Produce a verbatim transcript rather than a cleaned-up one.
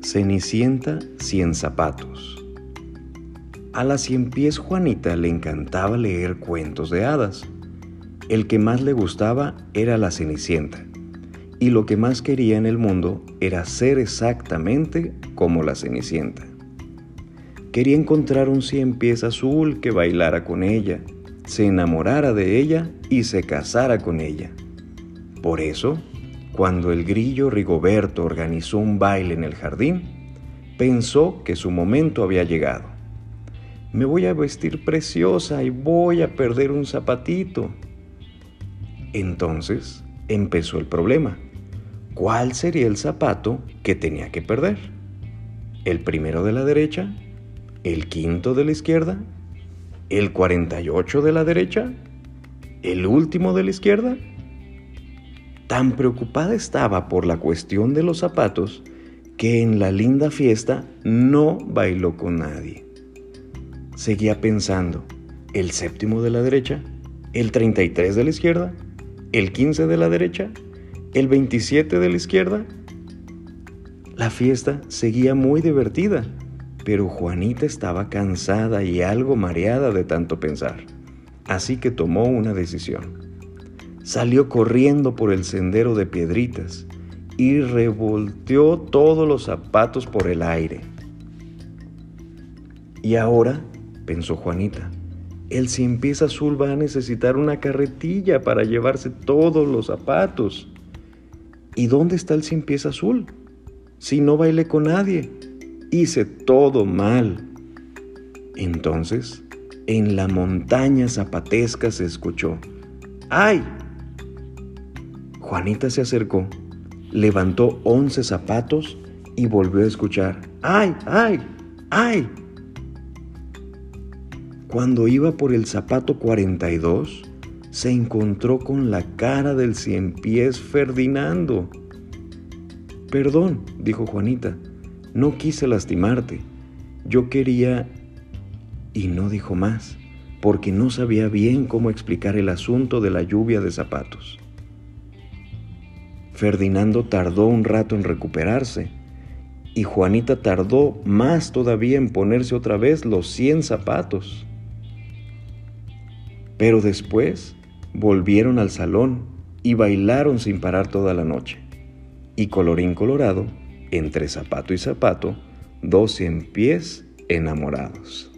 Cenicienta Cien Zapatos. A la ciempiés Juanita le encantaba leer cuentos de hadas. El que más le gustaba era la Cenicienta, y lo que más quería en el mundo era ser exactamente como la Cenicienta. Quería encontrar un ciempiés azul que bailara con ella, se enamorara de ella y se casara con ella. Por eso, cuando el grillo Rigoberto organizó un baile en el jardín, pensó que su momento había llegado. Me voy a vestir preciosa y voy a perder un zapatito. Entonces empezó el problema. ¿Cuál sería el zapato que tenía que perder? ¿El primero de la derecha? ¿El quinto de la izquierda? ¿El cuarenta y ocho de la derecha? ¿El último de la izquierda? Tan preocupada estaba por la cuestión de los zapatos que en la linda fiesta no bailó con nadie. Seguía pensando, ¿el séptimo de la derecha? ¿El treinta y tres de la izquierda? ¿El quince de la derecha? ¿El veintisiete de la izquierda? La fiesta seguía muy divertida, pero Juanita estaba cansada y algo mareada de tanto pensar, así que tomó una decisión. Salió corriendo por el sendero de piedritas y revolteó todos los zapatos por el aire. Y ahora, pensó Juanita, el ciempiés azul va a necesitar una carretilla para llevarse todos los zapatos. ¿Y dónde está el ciempiés azul? Si no bailé con nadie, hice todo mal. Entonces, en la montaña zapatesca se escuchó: ¡ay! Juanita se acercó, levantó once zapatos y volvió a escuchar: ¡ay, ay, ay! Cuando iba por el zapato cuarenta y dos, se encontró con la cara del ciempiés Ferdinando. «Perdón», dijo Juanita, «no quise lastimarte. Yo quería…» Y no dijo más, porque no sabía bien cómo explicar el asunto de la lluvia de zapatos. Ferdinando tardó un rato en recuperarse, y Juanita tardó más todavía en ponerse otra vez los cien zapatos. Pero después volvieron al salón y bailaron sin parar toda la noche. Y colorín colorado, entre zapato y zapato, dos ciempiés enamorados.